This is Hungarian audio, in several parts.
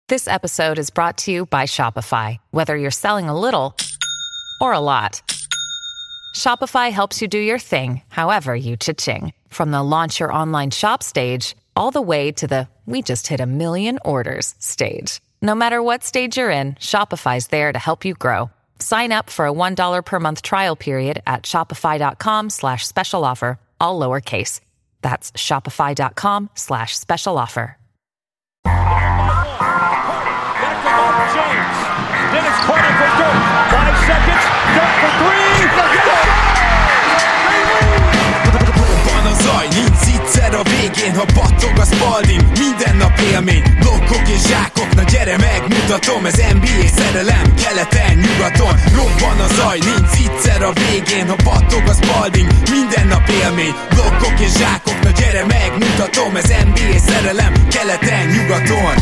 This episode is brought to you by Shopify. Whether you're selling a little or a lot, Shopify helps you do your thing, however you cha-ching. From the launch your online shop stage, all the way to the we just hit 1 million orders stage. No matter what stage you're in, Shopify's there to help you grow. Sign up for a $1 per month trial period at shopify.com/special offer, all lowercase. That's shopify.com/special offer. James. Dennis Carter for Dirk. 5 seconds. Dirk for 3. Van a zaj, nincs egyszer a végén, ha battog a Spalding. Minden nap élmény, blokkok és zsákok. Na gyere megmutatom, ez NBA szerelem. Keleten, nyugaton, robban a zaj, nincs egyszer a végén, ha battog a Spalding. Minden nap élmény, blokkok és zsákok. Na gyere megmutatom, ez NBA szerelem. Keleten, nyugaton.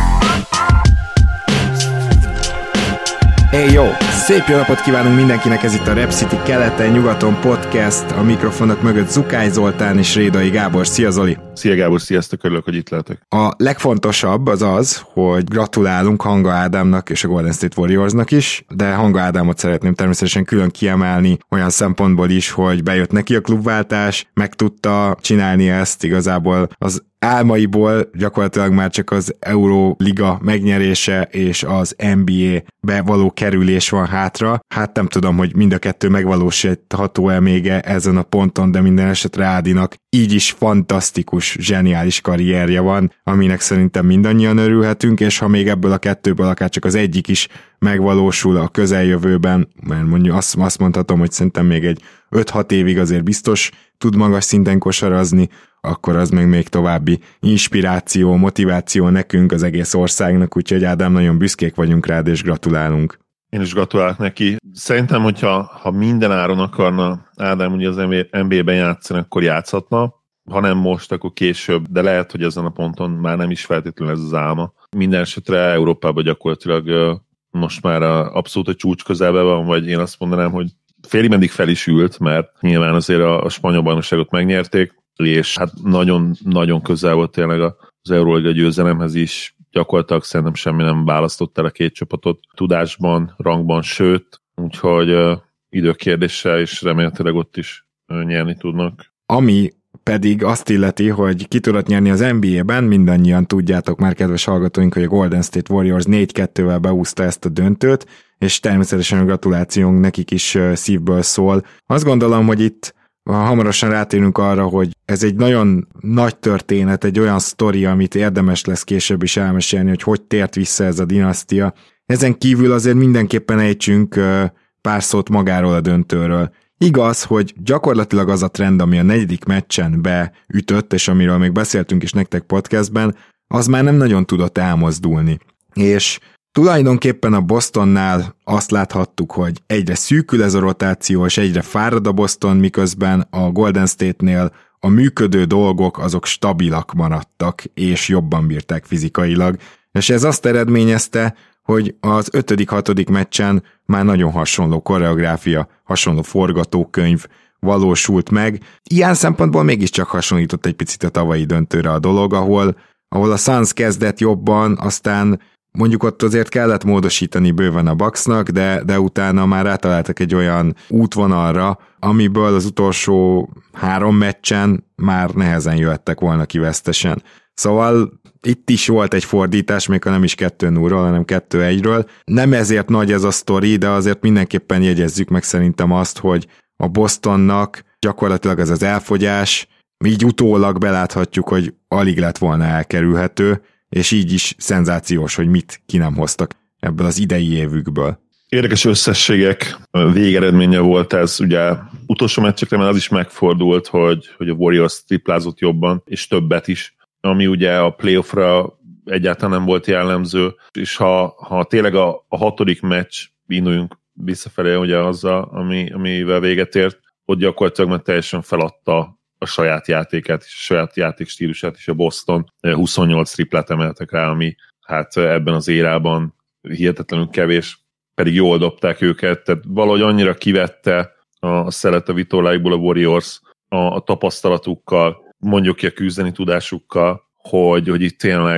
Hey, jó! Szép jó napot kívánunk mindenkinek, ez itt a Rep City keleten-nyugaton podcast, a mikrofonok mögött Zukály Zoltán és Rédai Gábor. Szia Zoli! Szia Gábor, sziasztok, örülök, hogy itt lehetek. A legfontosabb az, hogy gratulálunk Hanga Ádámnak és a Golden State Warriorsnak is, de Hanga Ádámot szeretném természetesen külön kiemelni olyan szempontból is, hogy bejött neki a klubváltás, meg tudta csinálni ezt igazából az álmaiból, gyakorlatilag már csak az Euroliga megnyerése és az NBA-be való kerülés van hátra. Hát nem tudom, hogy mind a kettő megvalósítható-e még ezen a ponton, de minden esetre Ádinak így is fantasztikus, zseniális karrierje van, aminek szerintem mindannyian örülhetünk, és ha még ebből a kettőből akár csak az egyik is megvalósul a közeljövőben, mert mondjuk azt mondhatom, hogy szerintem még egy 5-6 évig azért biztos tud magas szinten kosarazni, akkor az meg még további inspiráció, motiváció nekünk, az egész országnak, úgyhogy Ádám, nagyon büszkék vagyunk rád, és gratulálunk. Én is gratulálok neki. Szerintem, hogyha minden áron akarna Ádám ugye az NBA-ben játszani, akkor játszhatna. Ha nem most, akkor később, de lehet, hogy ezen a ponton már nem is feltétlenül ez az álma. Minden esetre Európában gyakorlatilag most már abszolút a csúcs közelben van, vagy én azt mondanám, hogy félig meddig fel is ült, mert nyilván azért a spanyol bajnokságot megnyerték, és hát nagyon közel volt tényleg az Euróliga győzelemhez is, gyakorlatilag szerintem semmi nem választott el a két csapatot tudásban, rangban, sőt, úgyhogy időkérdéssel és remélhetőleg ott is nyerni tudnak. Ami pedig azt illeti, hogy ki tudott nyerni az NBA-ben, mindannyian tudjátok már, kedves hallgatóink, hogy a Golden State Warriors 4-2-vel beúszta ezt a döntőt, és természetesen a gratulációnk nekik is szívből szól. Azt gondolom, hogy itt hamarosan rátérünk arra, hogy ez egy nagyon nagy történet, egy olyan sztori, amit érdemes lesz később is elmesélni, hogy tért vissza ez a dinasztia. Ezen kívül azért mindenképpen ejtsünk pár szót magáról a döntőről. Igaz, hogy gyakorlatilag az a trend, ami a 4. meccsen beütött, és amiről még beszéltünk is nektek podcastben, az már nem nagyon tudott elmozdulni. És tulajdonképpen a Bostonnál azt láthattuk, hogy egyre szűkül ez a rotáció, és egyre fárad a Boston, miközben a Golden State-nél a működő dolgok azok stabilak maradtak, és jobban bírták fizikailag. És ez azt eredményezte, hogy az 5.-6. meccsen már nagyon hasonló koreográfia, hasonló forgatókönyv valósult meg. Ilyen szempontból mégiscsak hasonlított egy picit a tavalyi döntőre a dolog, ahol a Suns kezdett jobban, aztán mondjuk ott azért kellett módosítani bőven a Bucksnak, de utána már rátaláltak egy olyan útvonalra, amiből az utolsó 3 meccsen már nehezen jöhettek volna ki vesztesen. Szóval itt is volt egy fordítás, még ha nem is 2-0-ról, hanem 2-1-ről. Nem ezért nagy ez a sztori, de azért mindenképpen jegyezzük meg szerintem azt, hogy a Bostonnak gyakorlatilag ez az elfogyás, így utólag beláthatjuk, hogy alig lett volna elkerülhető, és így is szenzációs, hogy mit ki nem hoztak ebből az idei évükből. Érdekes összességek végeredménye volt ez, ugye utolsó meccsekre már az is megfordult, hogy a Warriors triplázott jobban, és többet is, ami ugye a playoffra egyáltalán nem volt jellemző, és ha tényleg a 6. meccs, induljunk visszafelé ugye azzal, amivel véget ért, ott gyakorlatilag már teljesen feladta a saját játékát és a saját játékstílusát is a Boston. 28 triplát emeltek rá, ami hát ebben az érában hihetetlenül kevés, pedig jól dobták őket, tehát valahogy annyira kivette a szelet a vitorláikból a Warriors a tapasztalatukkal, mondjuk ki a küzdeni tudásukkal, hogy itt tényleg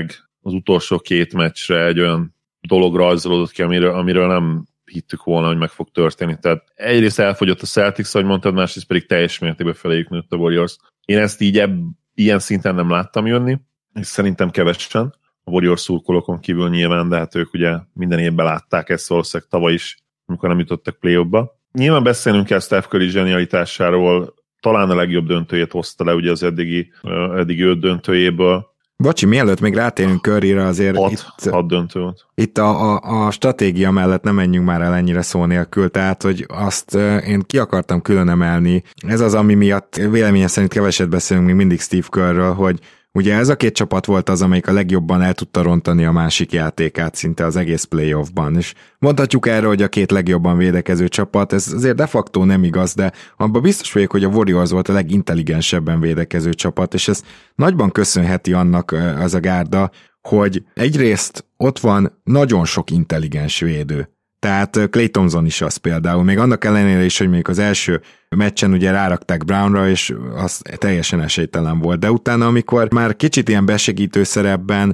az utolsó 2 meccsre egy olyan dolog rajzolódott ki, amiről nem hittük volna, hogy meg fog történni. Tehát egyrészt elfogyott a Celtics, ahogy mondtad, másrészt pedig teljes mértékben feléjük nőtt a Warriors. Én ezt így ilyen szinten nem láttam jönni, és szerintem kevesen. A Warriors szurkolókon kívül nyilván, de hát ők ugye minden évben látták ezt valószínűleg tavaly is, amikor nem jutottak play-offba. Nyilván beszélnünk kell Steph Curry zsenialitásáról, talán a legjobb döntőjét hozta le ugye az eddigi 5 döntőjéből. Bocsi, mielőtt még rátérünk Curryre, azért 6 döntő volt. Itt a stratégia mellett nem menjünk már el ennyire szó nélkül, tehát, hogy azt én ki akartam külön emelni. Ez az, ami miatt véleményem szerint keveset beszélünk még mindig Steve Kerrről, hogy ugye ez a 2 csapat volt az, amelyik a legjobban el tudta rontani a másik játékát szinte az egész playoffban, és mondhatjuk erre, hogy a 2 legjobban védekező csapat, ez azért de facto nem igaz, de abban biztos vagyok, hogy a Warriors volt a legintelligensebben védekező csapat, és ez nagyban köszönheti annak az a gárda, hogy egyrészt ott van nagyon sok intelligens védő. Tehát Klay Thompson is az például, még annak ellenére is, hogy még az első meccsen ugye rárakták Brownra, és az teljesen esélytelen volt, de utána, amikor már kicsit ilyen besegítő szerepben,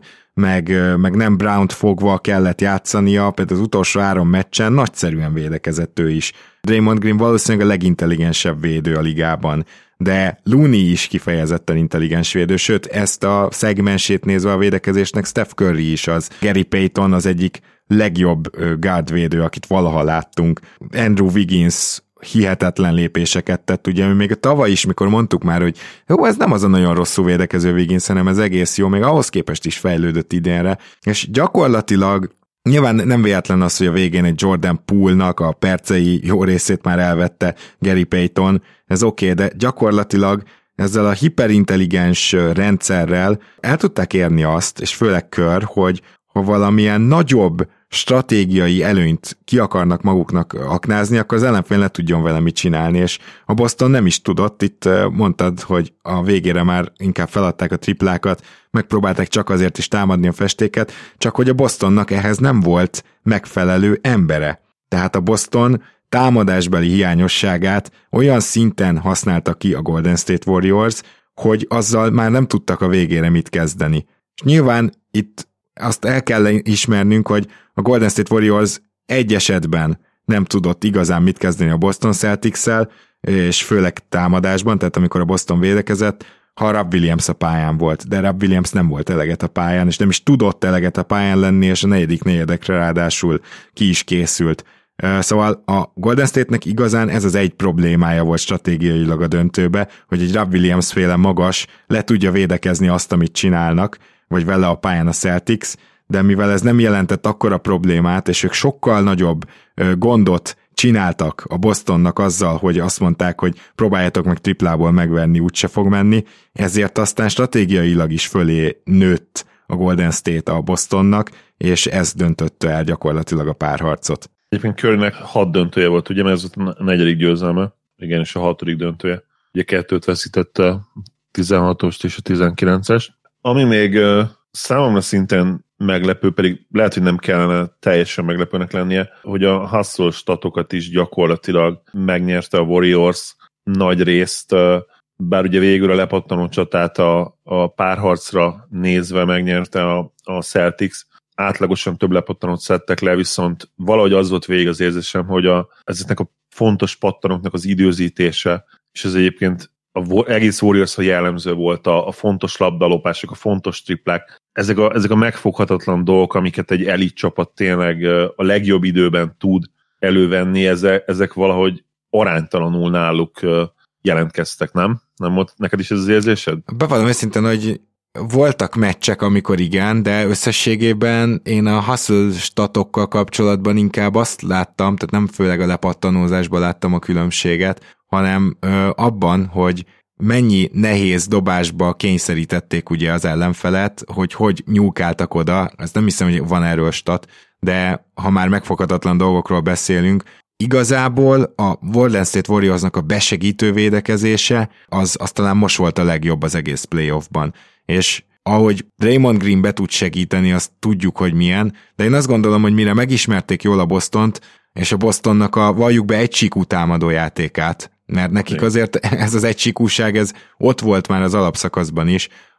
meg nem Brownt fogva kellett játszania, például az utolsó 3 meccsen nagyszerűen védekezett ő is. Draymond Green valószínűleg a legintelligensebb védő a ligában, de Looney is kifejezetten intelligens védő, sőt, ezt a szegmensét nézve a védekezésnek Steph Curry is az. Gary Payton az egyik legjobb guardvédő, akit valaha láttunk. Andrew Wiggins hihetetlen lépéseket tett, ugye még a tavaly is, mikor mondtuk már, hogy jó, ez nem az a nagyon rosszul védekező Wiggins, hanem ez egész jó, még ahhoz képest is fejlődött idénre, és gyakorlatilag nyilván nem véletlen az, hogy a végén egy Jordan Poole-nak a percei jó részét már elvette Gary Payton, ez oké, de gyakorlatilag ezzel a hiperintelligens rendszerrel el tudták érni azt, és főleg Kerr, hogy ha valamilyen nagyobb stratégiai előnyt ki akarnak maguknak aknázni, akkor az ellenfél ne tudjon vele mit csinálni, és a Boston nem is tudott, itt mondtad, hogy a végére már inkább feladták a triplákat, megpróbálták csak azért is támadni a festéket, csak hogy a Bostonnak ehhez nem volt megfelelő embere. Tehát a Boston támadásbeli hiányosságát olyan szinten használta ki a Golden State Warriors, hogy azzal már nem tudtak a végére mit kezdeni. És nyilván itt azt el kell ismernünk, hogy a Golden State Warriors egy esetben nem tudott igazán mit kezdeni a Boston Celtics-szel, és főleg támadásban, tehát amikor a Boston védekezett, ha Rob Williams a pályán volt, de Rob Williams nem volt eleget a pályán, és nem is tudott eleget a pályán lenni, és a 4. negyedekre ráadásul ki is készült. Szóval a Golden State-nek igazán ez az egy problémája volt stratégiailag a döntőbe, hogy egy Rob Williams féle magas le tudja védekezni azt, amit csinálnak, vagy vele a pályán a Celtics, de mivel ez nem jelentett akkora problémát, és ők sokkal nagyobb gondot csináltak a Bostonnak azzal, hogy azt mondták, hogy próbáljátok meg triplából megverni, úgyse fog menni, ezért aztán stratégiailag is fölé nőtt a Golden State a Bostonnak, és ez döntötte el gyakorlatilag a párharcot. Egyébként Currynek 6 döntője volt, ugye, mert ez a 4. győzelme, igen, és a 6. döntője. Ugye 2-t veszítette, a 16-ost és a 19-est. Ami még számomra szinten meglepő, pedig lehet, hogy nem kellene teljesen meglepőnek lennie, hogy a hustle statokat is gyakorlatilag megnyerte a Warriors nagy részt, bár ugye végül a lepattanó csatát a párharcra nézve megnyerte a Celtics, átlagosan több lepattanót szedtek le, viszont valahogy az volt végig az érzésem, hogy ezeknek a fontos pattanoknak az időzítése, és ez egyébként egész Warriors-ha jellemző volt, a fontos labdalopások, a fontos triplák, ezek a megfoghatatlan dolgok, amiket egy elit csapat tényleg a legjobb időben tud elővenni, ezek valahogy aránytalanul náluk jelentkeztek, nem? Nem volt neked is ez az érzésed? Bevallom őszintén, hogy voltak meccsek, amikor igen, de összességében én a hustle statokkal kapcsolatban inkább azt láttam, tehát nem főleg a lepattanózásban láttam a különbséget, hanem abban, hogy mennyi nehéz dobásba kényszerítették ugye az ellenfelet, hogy nyúlkáltak oda, ezt nem hiszem, hogy van erről stat, de ha már megfoghatatlan dolgokról beszélünk, igazából a Golden State Warriorsnak a besegítő védekezése, az talán most volt a legjobb az egész playoffban. És ahogy Draymond Green be tud segíteni, azt tudjuk, hogy milyen, de én azt gondolom, hogy mire megismerték jól a Bostont, és a Bostonnak valljuk be egysíkú támadó játékát, mert nekik azért ez az egysíkúság, ez ott volt már az alapszakaszban is,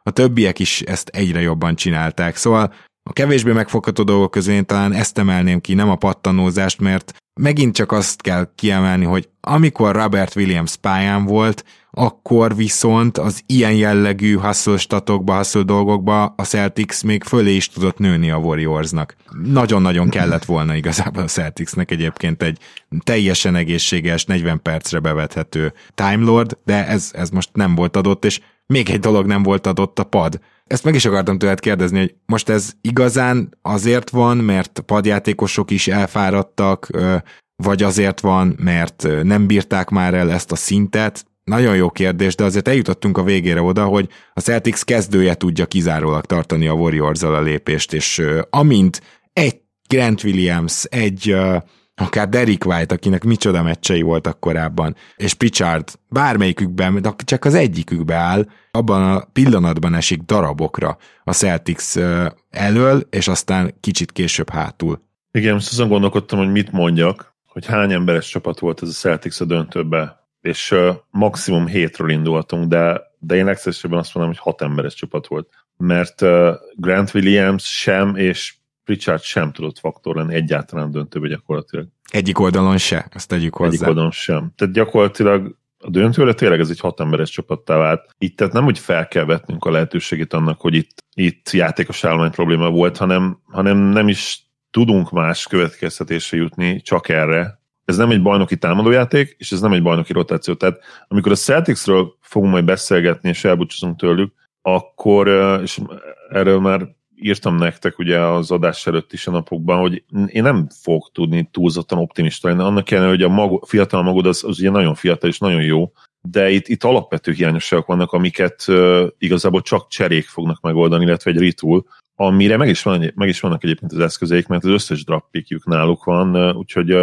a többiek is ezt egyre jobban csinálták. Szóval a kevésbé megfogható dolgok közül én talán ezt emelném ki, nem a pattanózást, mert megint csak azt kell kiemelni, hogy amikor Robert Williams pályán volt, akkor viszont az ilyen jellegű hustle statokba, hustle dolgokba a Celtics még fölé is tudott nőni a Warriorsnak. Nagyon-nagyon kellett volna igazából a Celticsnek egyébként egy teljesen egészséges, 40 percre bevethető Time Lord, de ez most nem volt adott, és még egy dolog nem volt adott, a pad. Ezt meg is akartam tőled kérdezni, hogy most ez igazán azért van, mert a padjátékosok is elfáradtak, vagy azért van, mert nem bírták már el ezt a szintet? Nagyon jó kérdés, de azért eljutottunk a végére oda, hogy a Celtics kezdője tudja kizárólag tartani a Warriors-zal a lépést, és amint egy Grant Williams, egy akár Derrick White, akinek micsoda meccsei voltak korábban, és Pritchard bármelyikükben, de csak az egyikükbe áll, abban a pillanatban esik darabokra a Celtics elől, és aztán kicsit később hátul. Igen, most azon gondolkodtam, hogy mit mondjak, hogy hány emberes csapat volt ez a Celtics a döntőbe, és maximum 7-ről indultunk, de én legszívesebben azt mondom, hogy 6 emberes csapat volt, mert Grant Williams sem, és Pritchard sem tudott faktor lenni egyáltalán döntőbe gyakorlatilag. Egyik oldalon se, ezt tegyük hozzá. Egyik oldalon sem. Tehát gyakorlatilag a döntőre tényleg ez egy 6 emberes csapattá vált. Itt tehát nem, hogy fel kell vetnünk a lehetőségét annak, hogy itt játékos állomány probléma volt, hanem nem is tudunk más következtetésre jutni, csak erre. Ez nem egy bajnoki támadójáték, és ez nem egy bajnoki rotáció. Tehát amikor a Celticsről fogunk majd beszélgetni, és elbúcsúzunk tőlük, akkor, és erről már írtam nektek ugye az adás előtt is a napokban, hogy én nem fogok tudni túlzottan optimista lenni. Annak ellenére, hogy a fiatal magod az ugye nagyon fiatal és nagyon jó, de itt alapvető hiányosságok vannak, amiket igazából csak cserék fognak megoldani, illetve egy retool, amire meg is vannak egyébként az eszközeik, mert az összes draft pickjük náluk van, úgyhogy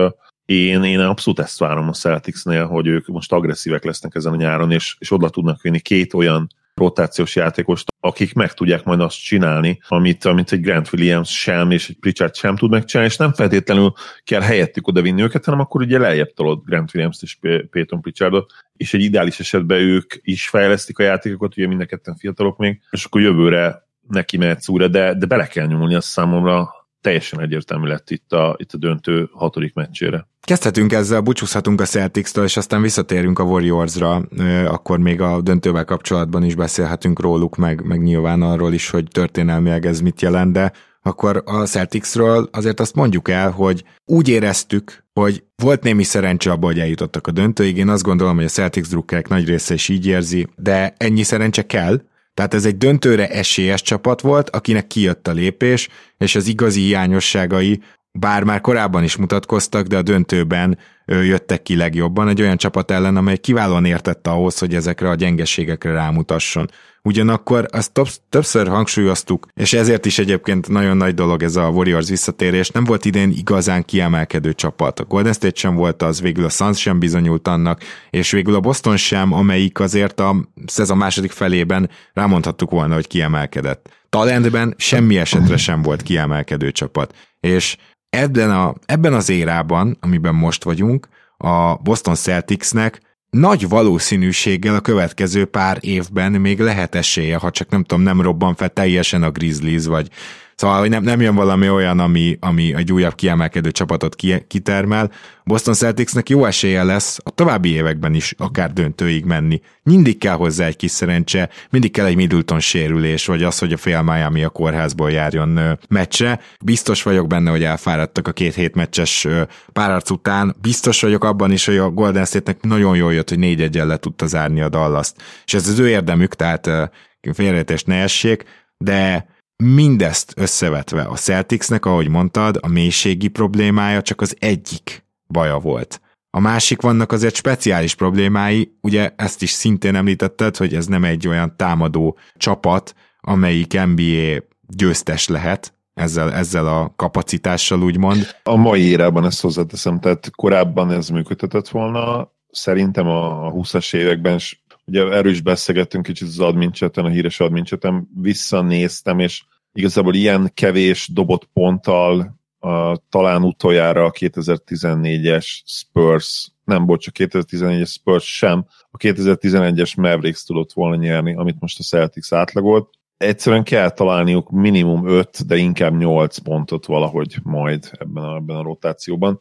én abszolút ezt várom a Celticsnél, hogy ők most agresszívek lesznek ezen a nyáron, és oda tudnak vinni 2 olyan rotációs játékost, akik meg tudják majd azt csinálni, amit egy Grant Williams sem, és egy Pritchard sem tud megcsinálni, és nem feltétlenül kell helyettük oda vinni őket, hanem akkor ugye lejjebb tolod Grant Williams-t és Peyton Pritchardot, és egy ideális esetben ők is fejlesztik a játékokat, ugye mind a ketten fiatalok még, és akkor jövőre neki mehetsz újra, de bele kell nyomulni, az számomra teljesen egyértelmű lett itt a döntő 6. meccsére. Kezdhetünk ezzel, búcsúzhatunk a Celtics-től, és aztán visszatérünk a Warriors-ra, akkor még a döntővel kapcsolatban is beszélhetünk róluk, meg nyilván arról is, hogy történelmileg ez mit jelent, de akkor a Celticsről azért azt mondjuk el, hogy úgy éreztük, hogy volt némi szerencse abban, hogy eljutottak a döntőig. Én azt gondolom, hogy a Celtics drukkerek nagy része is így érzi, de ennyi szerencse kell. Tehát ez egy döntőre esélyes csapat volt, akinek kijött a lépés, és az igazi hiányosságai, bár már korábban is mutatkoztak, de a döntőben jöttek ki legjobban egy olyan csapat ellen, amely kiválóan értette ahhoz, hogy ezekre a gyengeségekre rámutasson. Ugyanakkor azt többször hangsúlyoztuk, és ezért is egyébként nagyon nagy dolog ez a Warriors visszatérés, nem volt idén igazán kiemelkedő csapat. A Golden State sem volt az, végül a Suns sem bizonyult annak, és végül a Boston sem, amelyik azért a szezon második felében rámondhattuk volna, hogy kiemelkedett. Talentben semmi esetre sem volt kiemelkedő csapat. És ebben az érában, amiben most vagyunk, a Boston Celticsnek nagy valószínűséggel a következő pár évben még lehet esélye, ha csak nem tudom, nem robban fel teljesen a Grizzlies, vagy szóval, hogy nem jön valami olyan, ami egy újabb kiemelkedő csapatot kitermel. Boston Celticsnek jó esélye lesz a további években is akár döntőig menni. Mindig kell hozzá egy kis szerencse, mindig kell egy Middleton sérülés, vagy az, hogy a fél Miami a kórházból járjon meccsre. Biztos vagyok benne, hogy elfáradtak a 2 hét meccses párharc után. Biztos vagyok abban is, hogy a Golden State-nek nagyon jól jött, hogy 4-1-el le tudta zárni a Dallast. És ez az ő érdemük, tehát félreértést ne essék, de mindezt összevetve a Celticsnek, ahogy mondtad, a mélységi problémája csak az egyik baja volt. A másik, vannak azért speciális problémái, ugye ezt is szintén említetted, hogy ez nem egy olyan támadó csapat, amelyik NBA győztes lehet, ezzel a kapacitással úgymond. A mai érában ezt hozzáteszem, tehát korábban ez működhetett volna, szerintem a 20-as években, ugye erről is beszélgettünk kicsit az adminchaten, a híres adminchaten, visszanéztem, és igazából ilyen kevés dobott ponttal talán utoljára a 2014-es Spurs, nem bocs, a 2014-es Spurs sem, a 2011-es Mavericks tudott volna nyerni, amit most a Celtics átlagolt. Egyszerűen kell találniuk minimum 5, de inkább 8 pontot valahogy majd ebben a rotációban.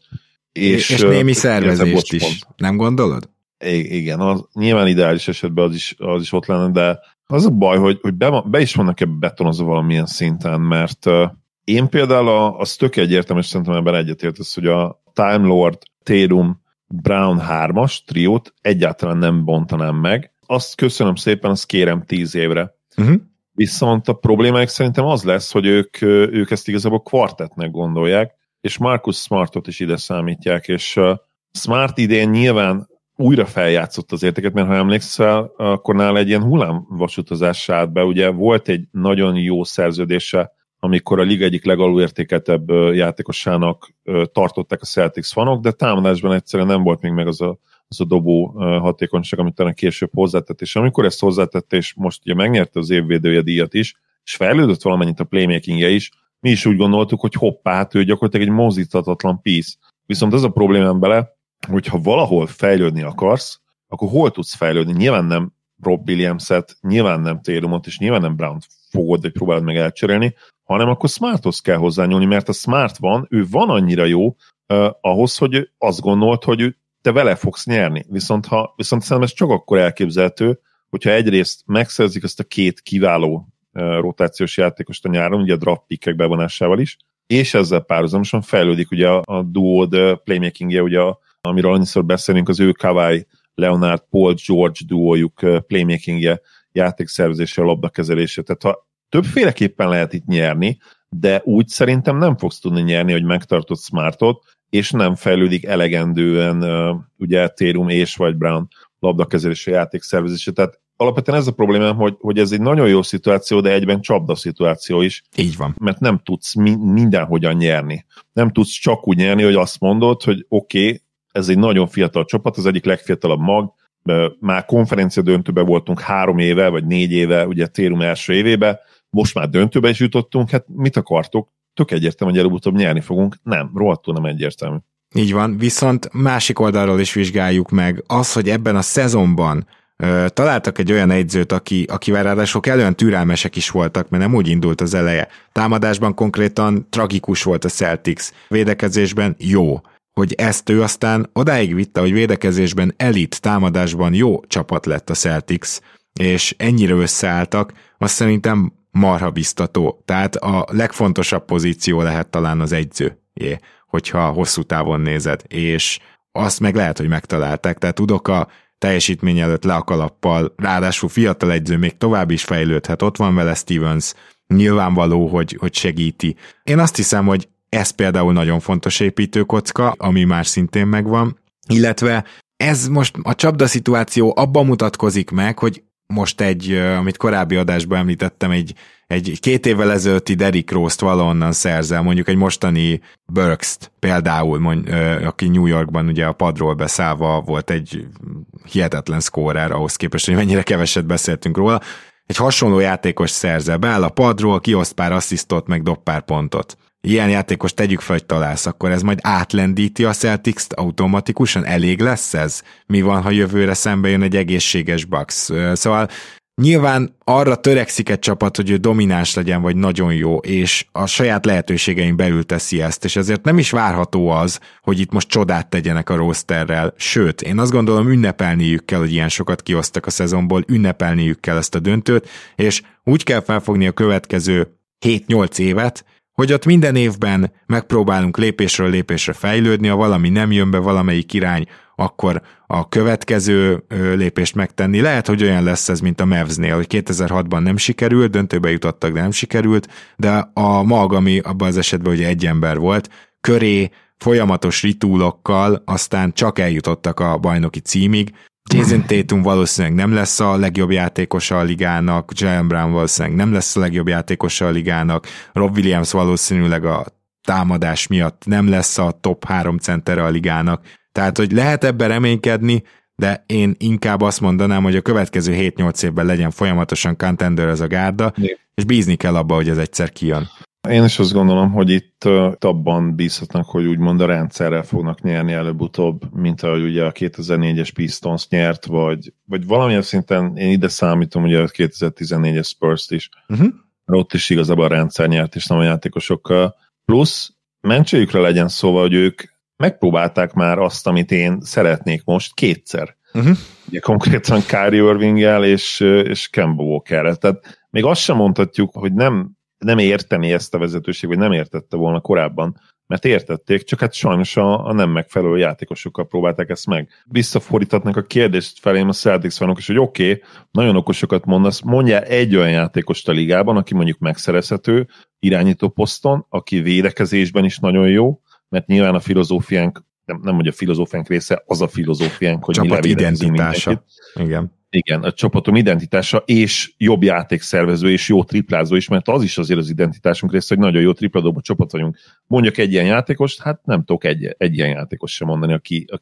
És némi szervezést is, nem gondolod? Igen, nyilván ideális esetben az is ott lenne, de az a baj, hogy be is vannak ebbe betonozva valamilyen szinten, mert én például az tök egyértelmű, és szerintem ebben egyetértesz, hogy a Time Lord, Tatum, Brown 3-as triót egyáltalán nem bontanám meg. Azt köszönöm szépen, azt kérem 10 évre. Viszont a problémájuk szerintem az lesz, hogy ők ezt igazából kvartettnek gondolják, és Marcus Smartot is ide számítják, és Smart idén nyilván újra feljátszott az értéket, mert ha emlékszel, akkor nála egy ilyen hullámvasutazás állt be, ugye volt egy nagyon jó szerződése, amikor a liga egyik legalulértékeltebb játékosának tartották a Celtics fanok, de támadásban egyszerűen nem volt még meg az a dobó hatékonyság, amit talán később hozzátett, és amikor ezt hozzátette, és most ugye megnyerte az évvédője díjat is, és fejlődött valamennyit a playmakingje is, mi is úgy gondoltuk, hogy hoppá, hát ő gyakorlatilag egy mozdíthatatlan piece. Viszont az a problémám bele, hogyha valahol fejlődni akarsz, akkor hol tudsz fejlődni? Nyilván nem Rob Williams-et, nyilván nem Tatumot, és nyilván nem Brown-t fogod, vagy próbálod meg elcserélni, hanem akkor Smarthoz kell hozzányúlni, mert a Smart ő van annyira jó ahhoz, hogy azt gondolt, hogy te vele fogsz nyerni. Viszont szerintem ez csak akkor elképzelhető, hogyha egyrészt megszerzik azt a 2 kiváló rotációs játékost a nyáron, ugye a draft pickek bevonásával is, és ezzel párhuzamosan fejlődik ugye a duód playmakingje, ugye amiről annyiszor beszélünk, az ő Kawhi Leonard, Paul George duójuk playmakingje, játékszervezése, labdakezelése. Tehát ha többféleképpen lehet itt nyerni, de úgy szerintem nem fogsz tudni nyerni, hogy megtartod Smartot, és nem fejlődik elegendően ugye Tatum és vagy Brown labdakezelése, játékszervezése. Tehát alapvetően ez a problémám, hogy ez egy nagyon jó szituáció, de egyben csapda szituáció is. Így van. Mert nem tudsz mindenhogyan nyerni. Nem tudsz csak úgy nyerni, hogy azt mondod, hogy oké, ez egy nagyon fiatal csapat, az egyik legfiatalabb mag, már konferencia döntőben voltunk 3 éve, vagy 4 éve, ugye Tatum első évébe, most már döntőbe is jutottunk, hát mit akartok? Tök egyértelmű, hogy előbb-utóbb nyerni fogunk. Nem, rohadtul nem egyértelmű. Így van, viszont másik oldalról is vizsgáljuk meg az, hogy ebben a szezonban találtak egy olyan edzőt, akivel ráadásul kellően türelmesek is voltak, mert nem úgy indult az eleje. Támadásban konkrétan tragikus volt a Celtics, védekezésben jó. Hogy ezt ő aztán odáig vitte, hogy védekezésben elit, támadásban jó csapat lett a Celtics, és ennyire összeálltak, azt szerintem marha biztató. Tehát a legfontosabb pozíció lehet talán az edzőjé, hogyha hosszú távon nézed, és azt meg lehet, hogy megtalálták. Tehát Udoka teljesítmény előtt le a kalappal, ráadásul fiatal edző még tovább is fejlődhet, ott van vele Stevens, nyilvánvaló, hogy segíti. Én azt hiszem, hogy ez például nagyon fontos építőkocka, ami már szintén megvan, illetve ez most a csapda szituáció abban mutatkozik meg, hogy most amit korábbi adásban említettem, egy 2 évvel ezelőtti Derrick Rose-t valahonnan szerzel, mondjuk egy mostani Burks-t például, aki New Yorkban ugye a padról beszállva volt egy hihetetlen szkórer ahhoz képest, hogy mennyire keveset beszéltünk róla, egy hasonló játékos szerzel, beáll a padról, kioszt pár asszisztot, meg dob pár pontot. Ilyen játékos tegyük fel, hogy találsz, akkor ez majd átlendíti a Celtics-t automatikusan? Elég lesz ez? Mi van, ha jövőre szembe jön egy egészséges Bucks? Szóval nyilván arra törekszik egy csapat, hogy ő domináns legyen, vagy nagyon jó, és a saját lehetőségein belül teszi ezt, és ezért nem is várható az, hogy itt most csodát tegyenek a rosterrel, sőt, én azt gondolom ünnepelniük kell, hogy ilyen sokat kiosztak a szezonból, ünnepelniük kell ezt a döntőt, és úgy kell felfogni a következő 7-8 évet, hogy ott minden évben megpróbálunk lépésről lépésre fejlődni, ha valami nem jön be valamelyik irány, akkor a következő lépést megtenni. Lehet, hogy olyan lesz ez, mint a Mavsnél, hogy 2006-ban nem sikerült, döntőbe jutottak, de nem sikerült, de a mag, ami abban az esetben ugye egy ember volt, köré folyamatos ritúlokkal aztán csak eljutottak a bajnoki címig. Jason Tatum valószínűleg nem lesz a legjobb játékosa a ligának, Jaylen Brown valószínűleg nem lesz a legjobb játékosa a ligának, Rob Williams valószínűleg a támadás miatt nem lesz a top 3 centere a ligának. Tehát, hogy lehet ebben reménykedni, de én inkább azt mondanám, hogy a következő 7-8 évben legyen folyamatosan contender ez a gárda, és bízni kell abba, hogy ez egyszer kijön. Én is azt gondolom, hogy itt abban bízhatnak, hogy úgymond a rendszerrel fognak nyerni előbb-utóbb, mint ahogy ugye a 2004-es Pistons nyert, vagy valamilyen szinten én ide számítom ugye a 2014-es Spurs-t is, ott is igazából a rendszer nyert, és nem a játékosokkal. Plusz mentségükre legyen szóval, hogy ők megpróbálták már azt, amit én szeretnék most kétszer. Ugye konkrétan Kyrie Irvinggel és Kemba Walkerrel. Tehát még azt sem mondhatjuk, hogy nem érteni ezt a vezetőség, vagy nem értette volna korábban, mert értették, csak hát sajnos a nem megfelelő játékosokkal próbálták ezt meg. Visszafordítatnak a kérdést felém a Celtics fanok is, hogy oké, nagyon okosokat mondasz, mondjál egy olyan játékost a ligában, aki mondjuk megszerezhető irányító poszton, aki védekezésben is nagyon jó, mert nyilván a filozófiánk, nem hogy a filozófiánk része, az a filozófiánk, hogy csapat identitása. Igen, a csapatom identitása, és jobb játékszervező, és jó triplázó is, mert az is azért az identitásunk része, hogy nagyon jó tripladóba csapat vagyunk. Mondjak egy ilyen játékost, hát nem tudok egy ilyen játékost sem mondani,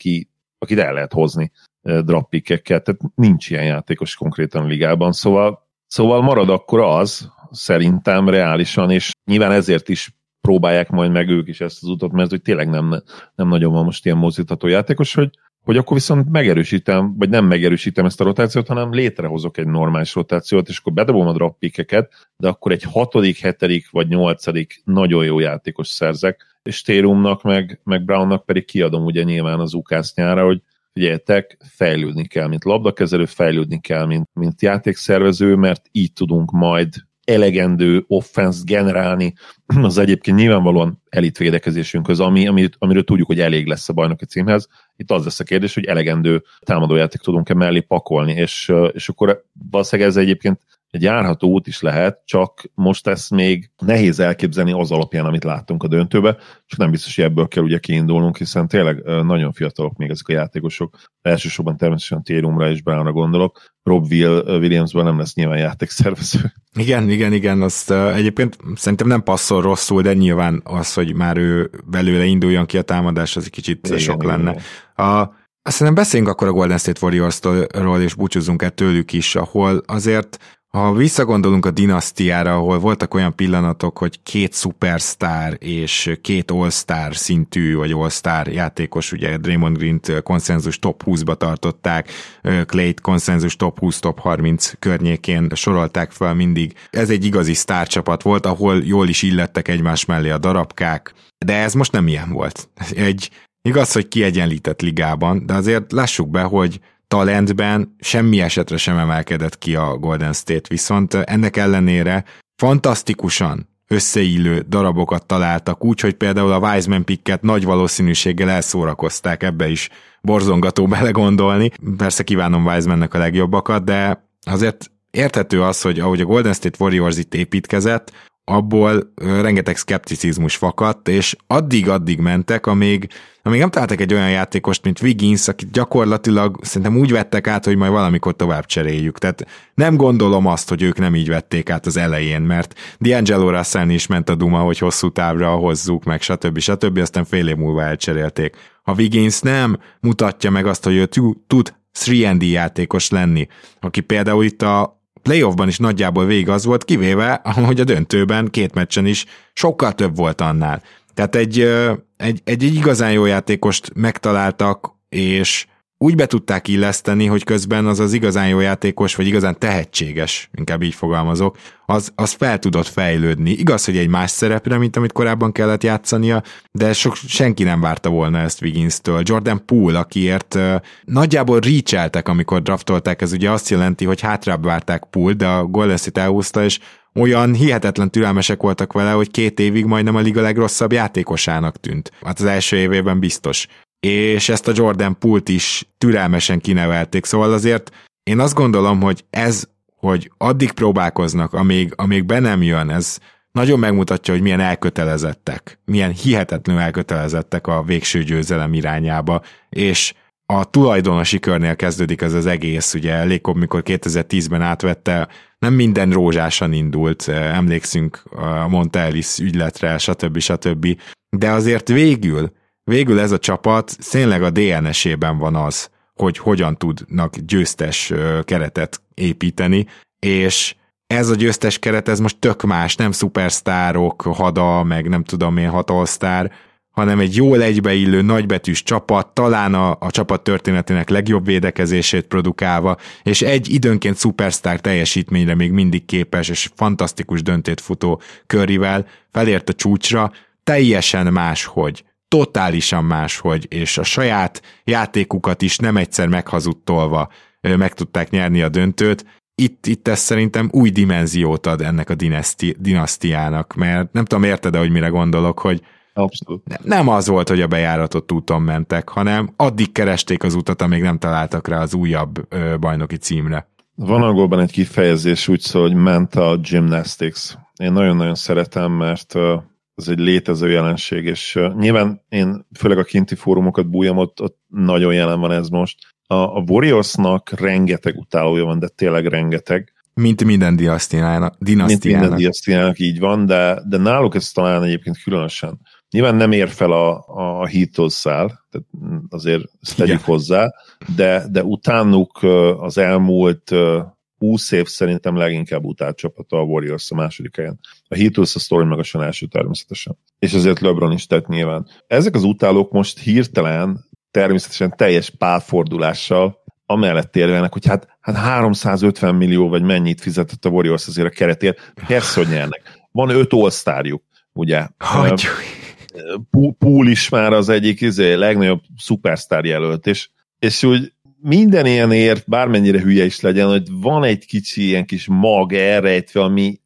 akit el lehet hozni draftpickekkel, tehát nincs ilyen játékos konkrétan a ligában, szóval marad akkor az, szerintem reálisan, és nyilván ezért is próbálják majd meg ők is ezt az utat, mert hogy tényleg nem nagyon van most ilyen mozdítható játékos, hogy akkor viszont megerősítem, vagy nem megerősítem ezt a rotációt, hanem létrehozok egy normális rotációt, és akkor bedobom a draft pickeket, de akkor egy 6., 7. vagy 8. nagyon jó játékos szerzek, és Térumnak meg Brownnak pedig kiadom ugye nyilván az UKASZ-nyára, hogy figyeljetek, fejlődni kell, mint labdakezelő, fejlődni kell, mint játékszervező, mert így tudunk majd elegendő offense generálni, az egyébként nyilvánvalóan elitvédekezésünkhöz, amiről tudjuk, hogy elég lesz a bajnoki címhez. Itt az lesz a kérdés, hogy elegendő támadójáték tudunk-e mellé pakolni, és akkor valószínűleg ez egyébként egy járható út is lehet, csak most ezt még nehéz elképzelni az alapján, amit láttunk a döntőbe, csak nem biztos, hogy ebből kell ugye kiindulnunk, hiszen tényleg nagyon fiatalok még ezek a játékosok. Elsősorban természetesen Térumra és Brownra gondolok. Rob Williamsban nem lesz nyilván játékszervező. Igen, azt egyébként szerintem nem passzol rosszul, de nyilván az, hogy már ő belőle induljon ki a támadás, az egy kicsit sok lenne. Azt beszéljünk akkor a Golden State Warriors-ról, és búcsúzzunk el tőlük is, ahol azért, ha visszagondolunk a dinasztiára, ahol voltak olyan pillanatok, hogy 2 szupersztár és 2 all-star szintű, vagy all-star játékos, ugye Draymond Green-t konszenzus top 20-ba tartották, Clay-t konszenzus top 20, top 30 környékén sorolták fel mindig. Ez egy igazi sztárcsapat volt, ahol jól is illettek egymás mellé a darabkák, de ez most nem ilyen volt. Igaz, hogy kiegyenlített ligában, de azért lássuk be, hogy talentben semmi esetre sem emelkedett ki a Golden State, viszont ennek ellenére fantasztikusan összeillő darabokat találtak, úgyhogy például a Wiseman picket nagy valószínűséggel elszórakozták, ebbe is borzongató belegondolni. Persze kívánom Wisemannek a legjobbakat, de azért érthető az, hogy ahogy a Golden State Warriors itt építkezett, abból rengeteg szkepticizmus fakadt, és addig mentek, amíg nem találtak egy olyan játékost, mint Wiggins, akit gyakorlatilag szerintem úgy vettek át, hogy majd valamikor tovább cseréljük. Tehát nem gondolom azt, hogy ők nem így vették át az elején, mert D'Angelo Russell is ment a duma, hogy hosszú távra hozzuk, meg stb. Aztán fél év múlva elcserélték. Ha Wiggins nem mutatja meg azt, hogy ő tud 3&D játékos lenni, aki például itt a playoffban is nagyjából végig az volt, kivéve, hogy a döntőben 2 meccsen is sokkal több volt annál. Tehát egy igazán jó játékost megtaláltak, és úgy be tudták illeszteni, hogy közben az igazán jó játékos, vagy igazán tehetséges, inkább így fogalmazok, az fel tudott fejlődni. Igaz, hogy egy más szerepre, mint amit korábban kellett játszania, de senki nem várta volna ezt Wiggins-től. Jordan Poole, akiért nagyjából reacheltek, amikor draftolták, ez ugye azt jelenti, hogy hátrább várták Poole, de a Golden State elhúzta, és olyan hihetetlen türelmesek voltak vele, hogy 2 évig majdnem a liga legrosszabb játékosának tűnt. Hát az első évében biztos. És ezt a Jordan Poole-t is türelmesen kinevelték. Szóval azért én azt gondolom, hogy hogy addig próbálkoznak, amíg be nem jön, ez nagyon megmutatja, hogy milyen elkötelezettek, milyen hihetetlenül elkötelezettek a végső győzelem irányába, és a tulajdonosi körnél kezdődik ez az egész, ugye Lacob, mikor 2010-ben átvette, nem minden rózsásan indult, emlékszünk a Monta Ellis ügyletre, stb. De azért végül ez a csapat tényleg a DNS-ében van az, hogy hogyan tudnak győztes keretet építeni, és ez a győztes keret, ez most tök más, nem szupersztárok, hada, meg nem tudom én, 6 all-sztár, hanem egy jól egybeillő, nagybetűs csapat, talán a csapat történetének legjobb védekezését produkálva, és egy időnként szupersztár teljesítményre még mindig képes, és fantasztikus döntét futó Curryvel felért a csúcsra, teljesen máshogy, totálisan máshogy, és a saját játékukat is nem egyszer meghazudtolva meg tudták nyerni a döntőt. Itt ez szerintem új dimenziót ad ennek a dinasztiának, mert nem tudom, érted, hogy mire gondolok, hogy abszolút. Nem az volt, hogy a bejáratott úton mentek, hanem addig keresték az utat, amíg nem találtak rá az újabb bajnoki címre. Van angolban egy kifejezés úgy szól, hogy mental gymnastics. Én nagyon-nagyon szeretem, mert ez egy létező jelenség, és nyilván én főleg a kinti fórumokat bújom, ott nagyon jelen van ez most. A Warriorsnak rengeteg utálója van, de tényleg rengeteg. Mint minden dinasztiának. Mint minden dinasztiának így van, de náluk ez talán egyébként különösen. Nyilván nem ér fel a Heat-szál, tehát azért ezt tegyük hozzá, de utánuk az elmúlt 20 év szerintem leginkább utált csapata a Warriors a második helyen. A Heat a sztori magasan első természetesen. És azért LeBron is tett nyilván. Ezek az utálók most hirtelen természetesen teljes pálfordulással amellett érvelnek, hogy hát 350 millió vagy mennyit fizetett a Warriors azért a keretért. Persze, hogy nyernek. Van 5 all-sztárjuk, ugye? Poole is már az egyik legnagyobb szupersztár jelölt, és úgy minden ilyen ért, bármennyire hülye is legyen, hogy van egy kicsi ilyen kis mag elrejtve,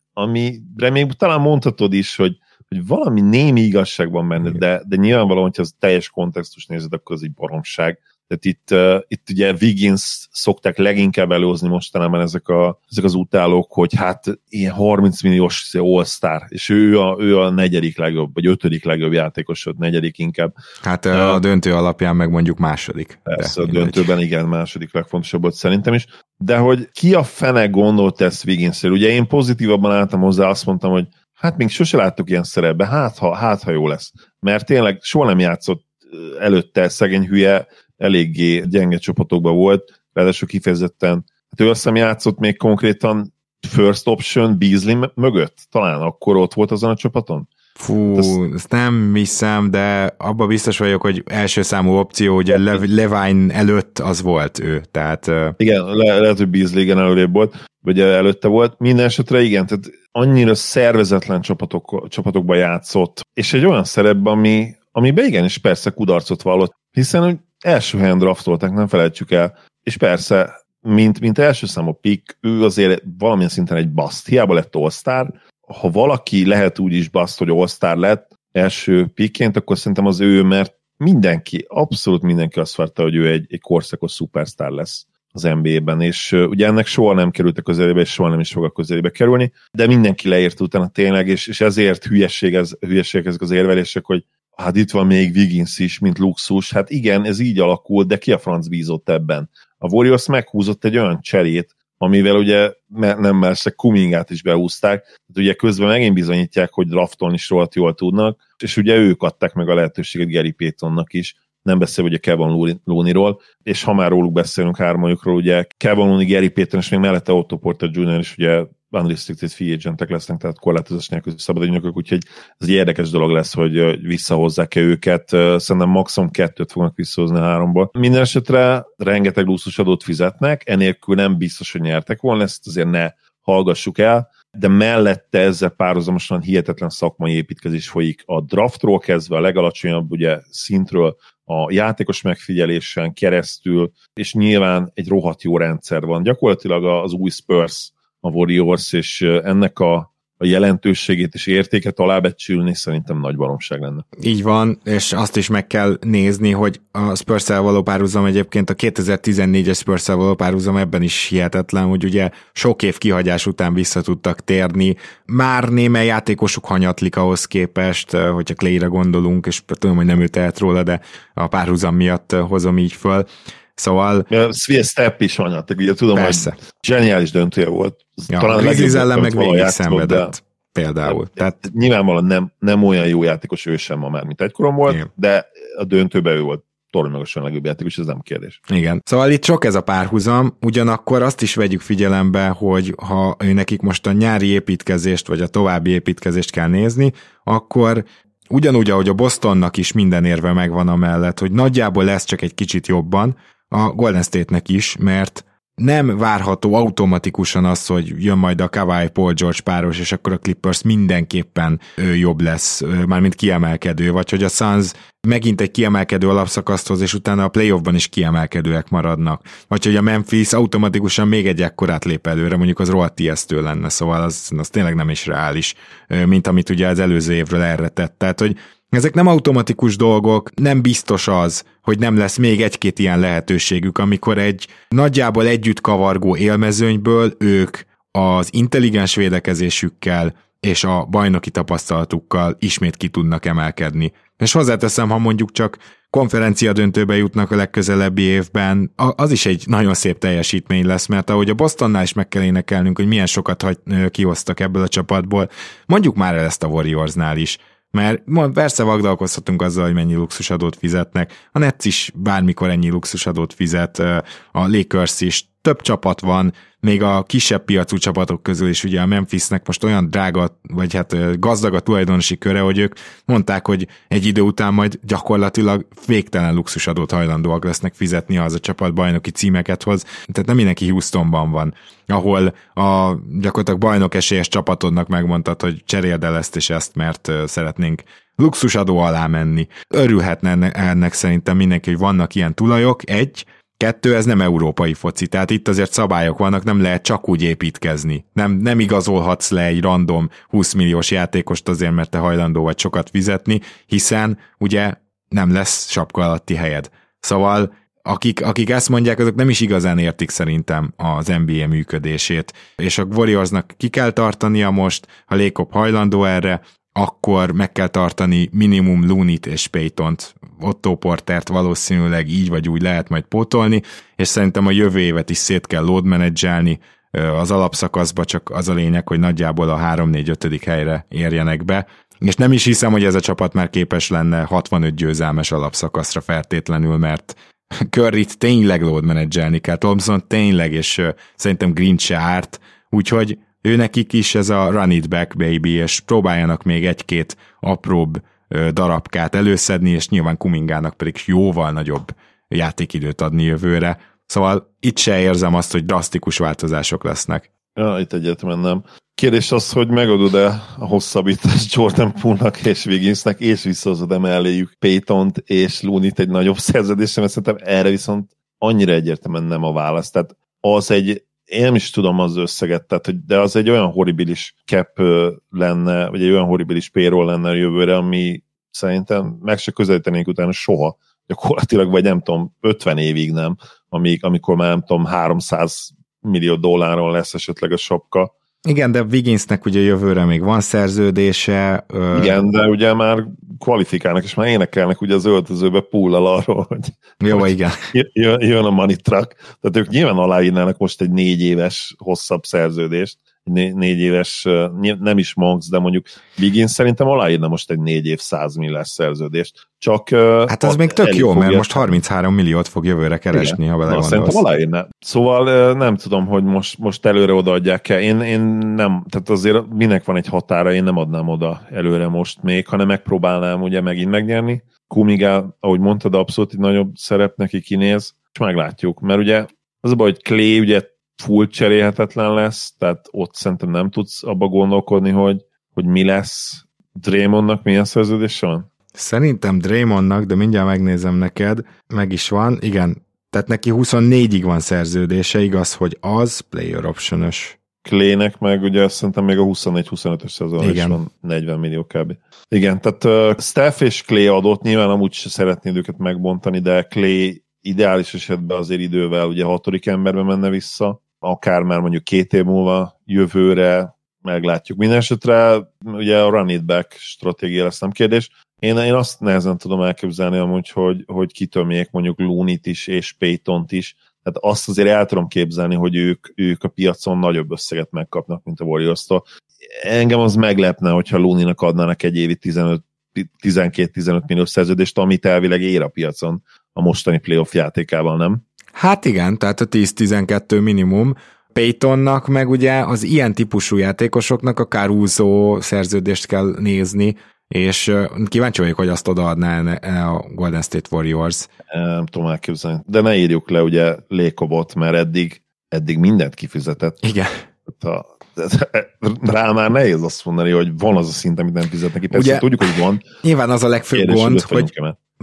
amire még talán mondhatod is, hogy valami némi igazság van benne, de nyilvánvalóan, hogyha az teljes kontextus nézed, akkor az egy baromság. Tehát itt ugye Wiggins szokták leginkább előhozni mostanában ezek az utálók, hogy hát ilyen 30 milliós all-star, és ő a 4. legjobb, vagy 5. legjobb játékos, 4. inkább. Hát a döntő alapján meg mondjuk második. Persze, a döntőben igen, második legfontosabb volt szerintem is. De hogy ki a fene gondolt ezt Wigginsről? Ugye én pozitívabban álltam hozzá, azt mondtam, hogy hát még sose láttuk ilyen szerepbe, hát ha jó lesz. Mert tényleg soha nem játszott előtte szegény hülye, eléggé gyenge csapatokban volt, ráadásul kifejezetten, hát ő azt hiszem játszott még konkrétan first option Beasley mögött, talán akkor ott volt azon a csapaton? Fú, ezt nem hiszem, de abban biztos vagyok, hogy első számú opció, ugye Levine előtt az volt ő, tehát... Igen, lehet, hogy Beasley igen előrébb volt, vagy előtte volt, minden esetre igen, tehát annyira szervezetlen csapatokban játszott, és egy olyan szerepben, amiben igenis persze kudarcot vallott, hiszen hogy első helyen draftolták, nem felejtsük el, és persze, mint első számú pick, ő azért valamilyen szinten egy bust, hiába lett all-star, ha valaki lehet úgy is bust, hogy all-star lett első pickként, akkor szerintem az ő, mert abszolút mindenki azt várta, hogy ő egy korszakos szupersztár lesz az NBA-ben, és ugye ennek soha nem került a közelébe, és soha nem is fog a közelébe kerülni, de mindenki leért utána tényleg, és ezért hülyeség ezek az érvelések, hogy hát itt van még Wiggins is, mint luxus. Hát igen, ez így alakult, de ki a franc bízott ebben? A Warriors meghúzott egy olyan cserét, amivel ugye nem messze Kumingát is behúzták, tehát ugye közben megint bizonyítják, hogy draftolni is rohadt jól tudnak, és ugye ők adták meg a lehetőséget Gary Paytonnak is, nem beszélve ugye Kevin Looneyról, és ha már róluk beszélünk hármajukról, ugye Kevin Looney, Gary Payton, és még mellette Otto Porter Jr. is ugye unrestricted free agentek lesznek, tehát korlátozás nélkül szabad ügynökök, úgyhogy ez egy érdekes dolog lesz, hogy visszahozzák-e őket. Szerintem maximum 2 fognak visszahozni 3-ból. Minden esetre rengeteg luxusadót fizetnek, enélkül nem biztos, hogy nyertek volna, ezt azért ne hallgassuk el, de mellette ezzel párhuzamosan hihetetlen szakmai építkezés folyik a draftról kezdve, a legalacsonyabb ugye szintről, a játékos megfigyelésen keresztül, és nyilván egy rohadt jó rendszer van. Gyakorlatilag az új Spurs a Warriors, és ennek a jelentőségét és értéket alábecsülni szerintem nagy baromság lenne. Így van, és azt is meg kell nézni, hogy a Spurs-szel való párhuzam egyébként a 2014-es Spurs-szel való párhuzam ebben is hihetetlen, hogy ugye sok év kihagyás után vissza tudtak térni. Már némely játékosuk hanyatlik ahhoz képest, hogyha Clay-re gondolunk, és tudom, hogy nem ő tehet róla, de a párhuzam miatt hozom így föl. Szóval... Step is hanyatlik, ugye tudom, persze, hogy zseniális döntője volt. Ja, talán a Grizzlies ellen meg végig szenvedett például. Tehát nyilvánvalóan nem olyan jó játékos ő sem ma már, mint egykoron volt, igen, de a döntőben ő volt toronymagosan legjobb játékos, ez nem kérdés. Igen. Szóval itt sok ez a párhuzam, ugyanakkor azt is vegyük figyelembe, hogy ha nekik most a nyári építkezést, vagy a további építkezést kell nézni, akkor ugyanúgy, ahogy a Bostonnak is minden érve megvan amellett, hogy nagyjából lesz csak egy kicsit jobban, a Golden State-nek is, mert nem várható automatikusan az, hogy jön majd a Kawhi Paul George páros, és akkor a Clippers mindenképpen jobb lesz, mármint kiemelkedő, vagy hogy a Suns megint egy kiemelkedő alapszakaszt hoz, és utána a playoffban is kiemelkedőek maradnak. Vagy hogy a Memphis automatikusan még egy ekkorát lép előre, mondjuk az rohadt ijesztő lenne, szóval az tényleg nem is reális, mint amit ugye az előző évről erre tett. Tehát, hogy ezek nem automatikus dolgok, nem biztos az, hogy nem lesz még egy-két ilyen lehetőségük, amikor egy nagyjából együtt kavargó élmezőnyből ők az intelligens védekezésükkel és a bajnoki tapasztalatukkal ismét ki tudnak emelkedni. És hozzáteszem, ha mondjuk csak konferencia döntőbe jutnak a legközelebbi évben, az is egy nagyon szép teljesítmény lesz, mert ahogy a Bostonnál is meg kell énekelnünk, hogy milyen sokat kihoztak ebből a csapatból, mondjuk már el ezt a Warriorsnál is. Mert persze vagdalkozhatunk azzal, hogy mennyi luxusadót fizetnek, a Nets is bármikor ennyi luxusadót fizet, a Lakers is, több csapat van, még a kisebb piacú csapatok közül is ugye a Memphisnek most olyan drága, vagy hát gazdag a tulajdonosi köre, hogy ők mondták, hogy egy idő után majd gyakorlatilag végtelen luxusadót hajlandóak lesznek fizetni, az a csapat bajnoki címeket hoz. Tehát nem mindenki Houstonban van, ahol a gyakorlatilag bajnok esélyes csapatodnak megmondtad, hogy cseréld el ezt és ezt, mert szeretnénk luxusadó alá menni. Örülhetne ennek szerintem mindenki, hogy vannak ilyen tulajok, 2, ez nem európai foci, tehát itt azért szabályok vannak, nem lehet csak úgy építkezni. Nem igazolhatsz le egy random 20 milliós játékost azért, mert te hajlandó vagy sokat fizetni, hiszen ugye nem lesz sapka alatti helyed. Szóval akik ezt mondják, azok nem is igazán értik szerintem az NBA működését. És a Warriorsnak ki kell tartania most, ha Lacob hajlandó erre, akkor meg kell tartani minimum Looney-t és Paytont. Otto Portert valószínűleg így vagy úgy lehet majd pótolni, és szerintem a jövő évet is szét kell load menedzselni, az alapszakaszba csak az a lényeg, hogy nagyjából a 3-4-5. helyre érjenek be, és nem is hiszem, hogy ez a csapat már képes lenne 65 győzelmes alapszakaszra feltétlenül, mert Curryt tényleg load menedzselni kell, Thompson tényleg, és szerintem Green se árt, úgyhogy őnekik is ez a run it back, baby, és próbáljanak még egy-két apróbb darabkát előszedni, és nyilván Kumingának pedig jóval nagyobb játékidőt adni jövőre. Szóval itt se érzem azt, hogy drasztikus változások lesznek. Ja, itt egyetlen nem. Kérdés az, hogy megadod-e a hosszabbítást Jordan Poole-nak és Wigginsnek, és visszahozod-e melléjük Paytont és Looney-t egy nagyobb szerződésre, mert szerintem erre viszont annyira egyértelműen nem a válasz. Tehát az egy, én nem is tudom az összeget, tehát, de az egy olyan horribilis cap lenne, vagy egy olyan horribilis payroll lenne a jövőre, ami szerintem meg se közelítenénk utána soha, gyakorlatilag, vagy nem tudom, 50 évig nem, amikor már nem tudom, 300 millió dollárról lesz esetleg a sapka. Igen, de Wigginsnek ugye jövőre még van szerződése. Igen, de ugye már kvalifikálnak, és már énekelnek ugye az öltözőbe Poole-al arról, hogy jó, igen. Jön a money truck. Tehát ők nyilván aláírnának most egy 4 éves hosszabb szerződést, 4 éves, nem is max, de mondjuk Wiggins szerintem aláírna most egy 4 év 100 milliós szerződést. Csak hát az még tök jó, mert most 33 milliót fog jövőre keresni, ha belegondolsz. Szerintem aláírna. Szóval nem tudom, hogy most előre odaadják el. Én nem, tehát azért minek van egy határa, én nem adnám oda előre most még, hanem megpróbálnám ugye megint megnyerni. Kuminga, ahogy mondtad, abszolút egy nagyobb szerep neki kinéz, és meglátjuk, mert ugye az a baj, hogy Clay ugye full cserélhetetlen lesz, tehát ott szerintem nem tudsz abba gondolkodni, hogy mi lesz. Draymondnak milyen szerződése van? Szerintem Draymondnak, de mindjárt megnézem neked, meg is van, igen, tehát neki 24-ig van szerződése, igaz, hogy az player option-ös. Claynek meg ugye szerintem még a 24-25-ös szezon is van 40 millió kb. Igen, tehát Steph és Clay adott, nyilván amúgy se szeretnéd őket megbontani, de Clay ideális esetben azért idővel ugye 6. emberbe menne vissza, akár már mondjuk 2 év múlva jövőre meglátjuk. Minden esetre ugye a run it back stratégia lesz, nem kérdés. Én azt nehezen tudom elképzelni amúgy, hogy kitömjék mondjuk Looney-t is és Paytont is. Tehát azt azért el tudom képzelni, hogy ők a piacon nagyobb összeget megkapnak, mint a Warriors-tól. Engem az meglepne, hogyha Looney-nak adnának egy évi 15 12-15 milliós szerződést, amit elvileg ér a piacon a mostani playoff játékával, nem? Hát igen, tehát a 10-12 minimum. Paytonnak meg ugye az ilyen típusú játékosoknak a Caruso szerződést kell nézni, és kíváncsi vagyok, hogy azt odaadná a Golden State Warriors. Nem tudom elképzelni. De ne írjuk le ugye Lékobot, mert eddig mindent kifizetett. Igen. Rá már nehéz azt mondani, hogy van az a szint, amit nem fizetnek ki. Persze ugye, tudjuk, hogy van. Nyilván az a legfőbb gond, hogy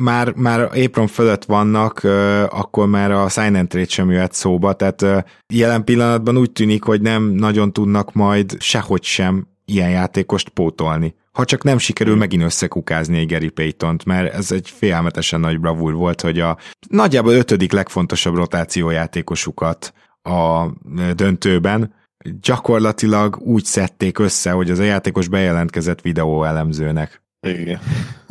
már apron fölött vannak, akkor már a sign and trade sem jöhet szóba, tehát jelen pillanatban úgy tűnik, hogy nem nagyon tudnak majd sehogy sem ilyen játékost pótolni. Ha csak nem sikerül megint összekukázni egy Gary Paytont, mert ez egy félelmetesen nagy bravúr volt, hogy a nagyjából 5. legfontosabb rotációjátékosukat a döntőben gyakorlatilag úgy szedték össze, hogy az a játékos bejelentkezett videóelemzőnek. Igen.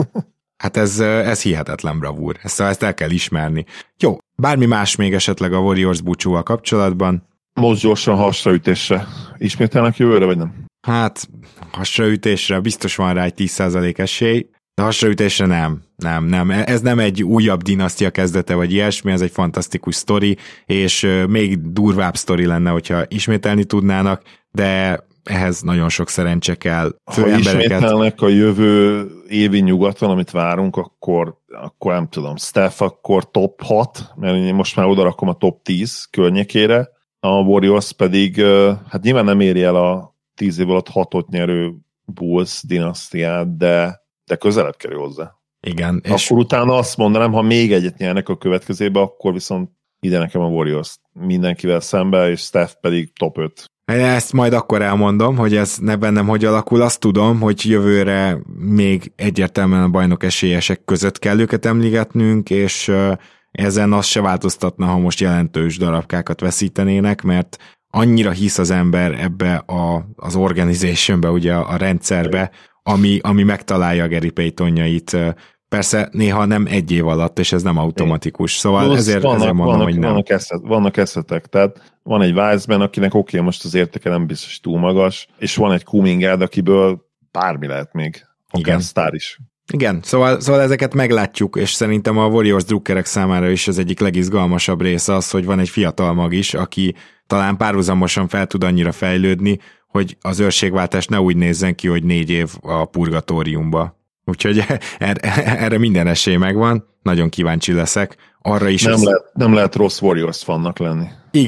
Hát ez hihetetlen bravúr. Ezt el kell ismerni. Jó, bármi más még esetleg a Warriors búcsúval kapcsolatban? Most gyorsan hasraütésre. Ismételnek jövőre, vagy nem? Hát, hasraütésre biztos van rá egy 10% esély, de hasraütésre nem. Ez nem egy újabb dinasztia kezdete, vagy ilyesmi, ez egy fantasztikus sztori, és még durvább sztori lenne, hogyha ismételni tudnának, de ehhez nagyon sok szerencse kell. Ha ismételnek a jövő évi nyugaton, amit várunk, akkor nem tudom, Steph akkor top 6, mert én most már odarakom a top 10 környékére, a Warriors pedig, hát nyilván nem éri el a 10 év alatt 6-ot nyerő Bulls dinasztiát, de közelebb kerül hozzá. Igen. Akkor utána azt mondanám, ha még egyet nyernek a következőbe, akkor viszont ide nekem a Warriors mindenkivel szembe, és Steph pedig top 5. Ezt majd akkor elmondom, hogy ez ne bennem hogy alakul. Azt tudom, hogy jövőre még egyértelműen a bajnok esélyesek között kell őket emlegetnünk, és ezen az se változtatna, ha most jelentős darabkákat veszítenének, mert annyira hisz az ember ebbe az organizationbe, ugye a rendszerbe, ami megtalálja a Gary Paytonjait. Persze néha nem egy év alatt, és ez nem automatikus. Szóval ezért mondom, hogy nem. Vannak eszetek, tehát van egy Wiseman, akinek oké, most az értéke nem biztos túl magas, és van egy Kumingád, akiből bármi lehet még, akár sztár is. Igen, szóval ezeket meglátjuk, és szerintem a Warriors drukkerek számára is az egyik legizgalmasabb része az, hogy van egy fiatal mag is, aki talán párhuzamosan fel tud annyira fejlődni, hogy az őrségváltás ne úgy nézzen ki, hogy 4 év a purgatóriumba. Úgyhogy erre minden esély megvan, nagyon kíváncsi leszek. Arra is nem lehet rossz Warriors fannak lenni.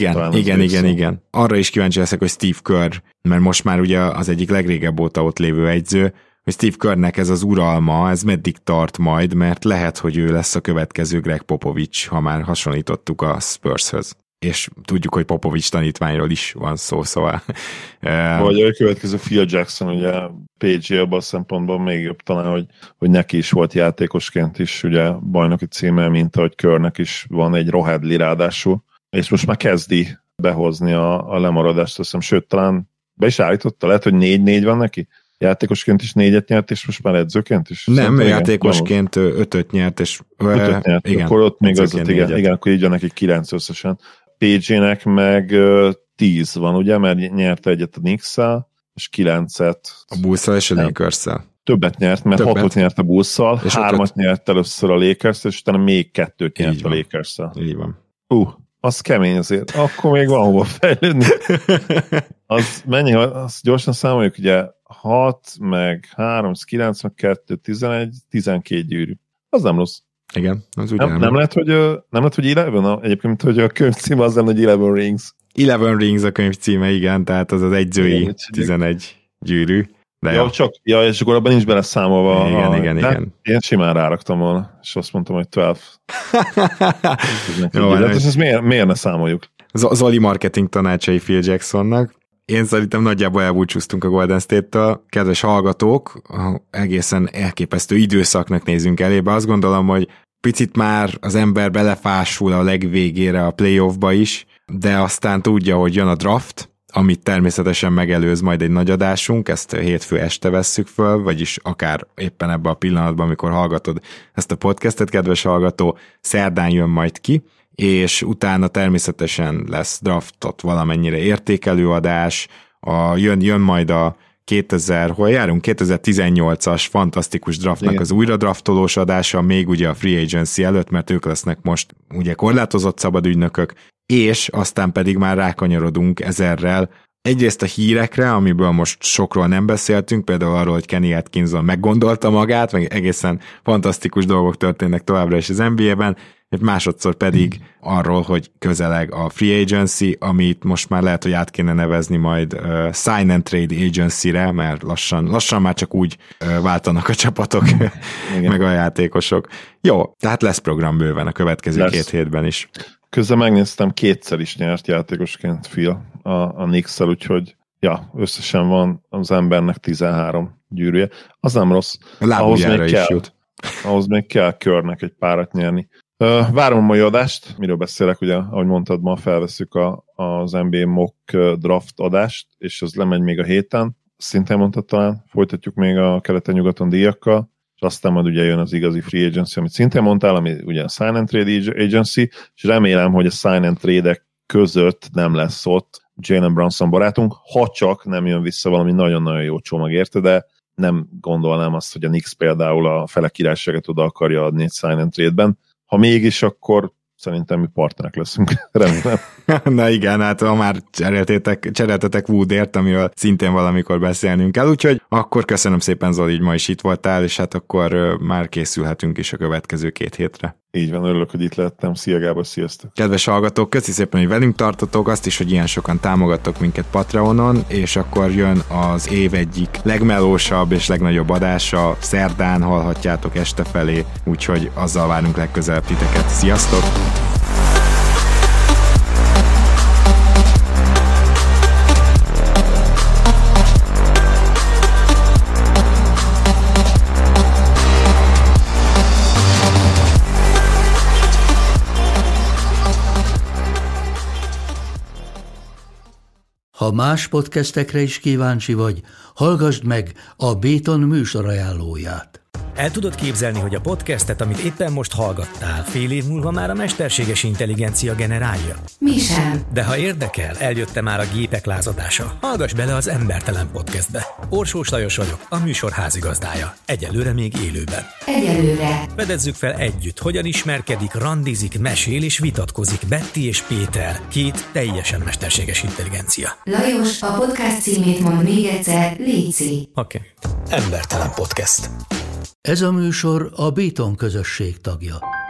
Igen. Arra is kíváncsi leszek, hogy Steve Kerr, mert most már ugye az egyik legrégebb óta ott lévő edző, hogy Steve Kerrnek ez az uralma, ez meddig tart majd, mert lehet, hogy ő lesz a következő Greg Popovich, ha már hasonlítottuk a Spurshöz. És tudjuk, hogy Popovich tanítványról is van szó, szóval... Vagy a következő Phil Jackson, ugye PG abban a szempontból még jobb talán, hogy neki is volt játékosként is ugye bajnoki címe, mint ahogy Körnek is van egy rohadli ráadásul, és most már kezdi behozni a lemaradást, azt hiszem, sőt, talán be is állította, lehet, hogy 4-4 van neki? Játékosként is 4-et nyert, és most már edzőként is? Nem, szerintem, játékosként 5-öt nyert, és... 5-öt nyert, igen, akkor ott még az, igen, akkor így van neki 9 összesen. PG-nek meg 10 van, ugye, mert nyerte egyet a Knicks-szel, és 9-et... A Bulls-szal és a Lakers-szel. Többet nyert, mert 6-ot nyert a Bulls-szal, 3-at nyert először a Lakers-szel, és utána még 2-t nyert a Lakers-szel. Így van. Az kemény azért. Akkor még van hova fejlődni. Az mennyi, azt gyorsan számoljuk, ugye 6, meg 3, 9, meg 2, 11, 12 gyűrű. Az nem rossz. Igen, az úgy nem lehet, hogy 11, egyébként, hogy a könyv címe az lenne, hogy 11 Rings. 11 Rings a könyv címe, igen, tehát az egyzői 11 gyűrű. De és akkor abban nincs bele számolva. Igen. Én simán ráraktam volna, és azt mondtam, hogy 12. Jó, ezt miért ne számoljuk? Zoli marketing tanácsai Phil Jacksonnak. Én szerintem nagyjából elbúcsúztunk a Golden State-től. Kedves hallgatók, egészen elképesztő időszaknak nézünk elébe. Azt gondolom, hogy picit már az ember belefásul a legvégére a playoffba is, de aztán tudja, hogy jön a draft, amit természetesen megelőz majd egy nagy adásunk, ezt hétfő este vesszük föl, vagyis akár éppen ebben a pillanatban, amikor hallgatod ezt a podcastet, kedves hallgató, szerdán jön majd ki, és utána természetesen lesz draftot valamennyire értékelő adás, jön majd a hol járunk? 2018-as fantasztikus draftnak az újra draftolós adása, még ugye a free agency előtt, mert ők lesznek most ugye korlátozott szabadügynökök, és aztán pedig már rákanyarodunk ezerrel egyrészt a hírekre, amiből most sokról nem beszéltünk, például arról, hogy Kenny Atkinson meggondolta magát, meg egészen fantasztikus dolgok történnek továbbra is az NBA-ben, másodszor pedig arról, hogy közeleg a free agency, amit most már lehet, hogy át kéne nevezni majd sign and trade agency-re, mert lassan már csak úgy váltanak a csapatok, meg a játékosok. Jó, tehát lesz program bőven a következő 2 hétben is. Közben megnéztem, 2-szer is nyert játékosként Phil a Knicks-szel, úgyhogy összesen van az embernek 13 gyűrűje. Az nem rossz. Ahhoz még kell Körnek egy párat nyerni. Várom a mai adást, miről beszélek, ugye, ahogy mondtad, ma felveszük az NBA mock draft adást, és az lemegy még a héten. Szintén mondtad talán, folytatjuk még a keleten-nyugaton díjakkal, és aztán majd ugye jön az igazi free agency, amit szintén mondtál, ami ugye a sign and trade agency, és remélem, hogy a sign and trade-ek között nem lesz ott Jalen Brunson barátunk, ha csak nem jön vissza valami nagyon-nagyon jó csomag érte, de nem gondolnám azt, hogy a Knicks például a Fele Királyságot oda akarja adni egy sign and trade-ben. Ha mégis, akkor szerintem mi partnerek leszünk, remélem. Na igen, hát ha már cseréltetek Woodért, amiről szintén valamikor beszélnünk kell, úgyhogy akkor köszönöm szépen, Zoli, hogy ma is itt voltál, és hát akkor már készülhetünk is a következő 2 hétre. Így van, örülök, hogy itt lettem. Szia Gábor, sziasztok! Kedves hallgatók, köszi szépen, hogy velünk tartotok, azt is, hogy ilyen sokan támogattok minket Patreonon, és akkor jön az év egyik legmelósabb és legnagyobb adása, szerdán hallhatjátok este felé, úgyhogy azzal várunk legközelebb titeket. Sziasztok! Ha más podcastekre is kíváncsi vagy, hallgassd meg a Béton műsor ajánlóját. El tudod képzelni, hogy a podcastet, amit éppen most hallgattál, fél év múlva már a mesterséges intelligencia generálja? Mi sem. De ha érdekel, eljött már a gépek lázadása. Hallgass bele az Embertelen Podcastbe. Orsós Lajos vagyok, a műsor házigazdája. Egyelőre még élőben. Egyelőre. Fedezzük fel együtt, hogyan ismerkedik, randizik, mesél és vitatkozik Betty és Péter, 2 teljesen mesterséges intelligencia. Lajos, a podcast címét mondd még egyszer, léci. Oké. Embertelen Podcast. Ez a műsor a Béton közösség tagja.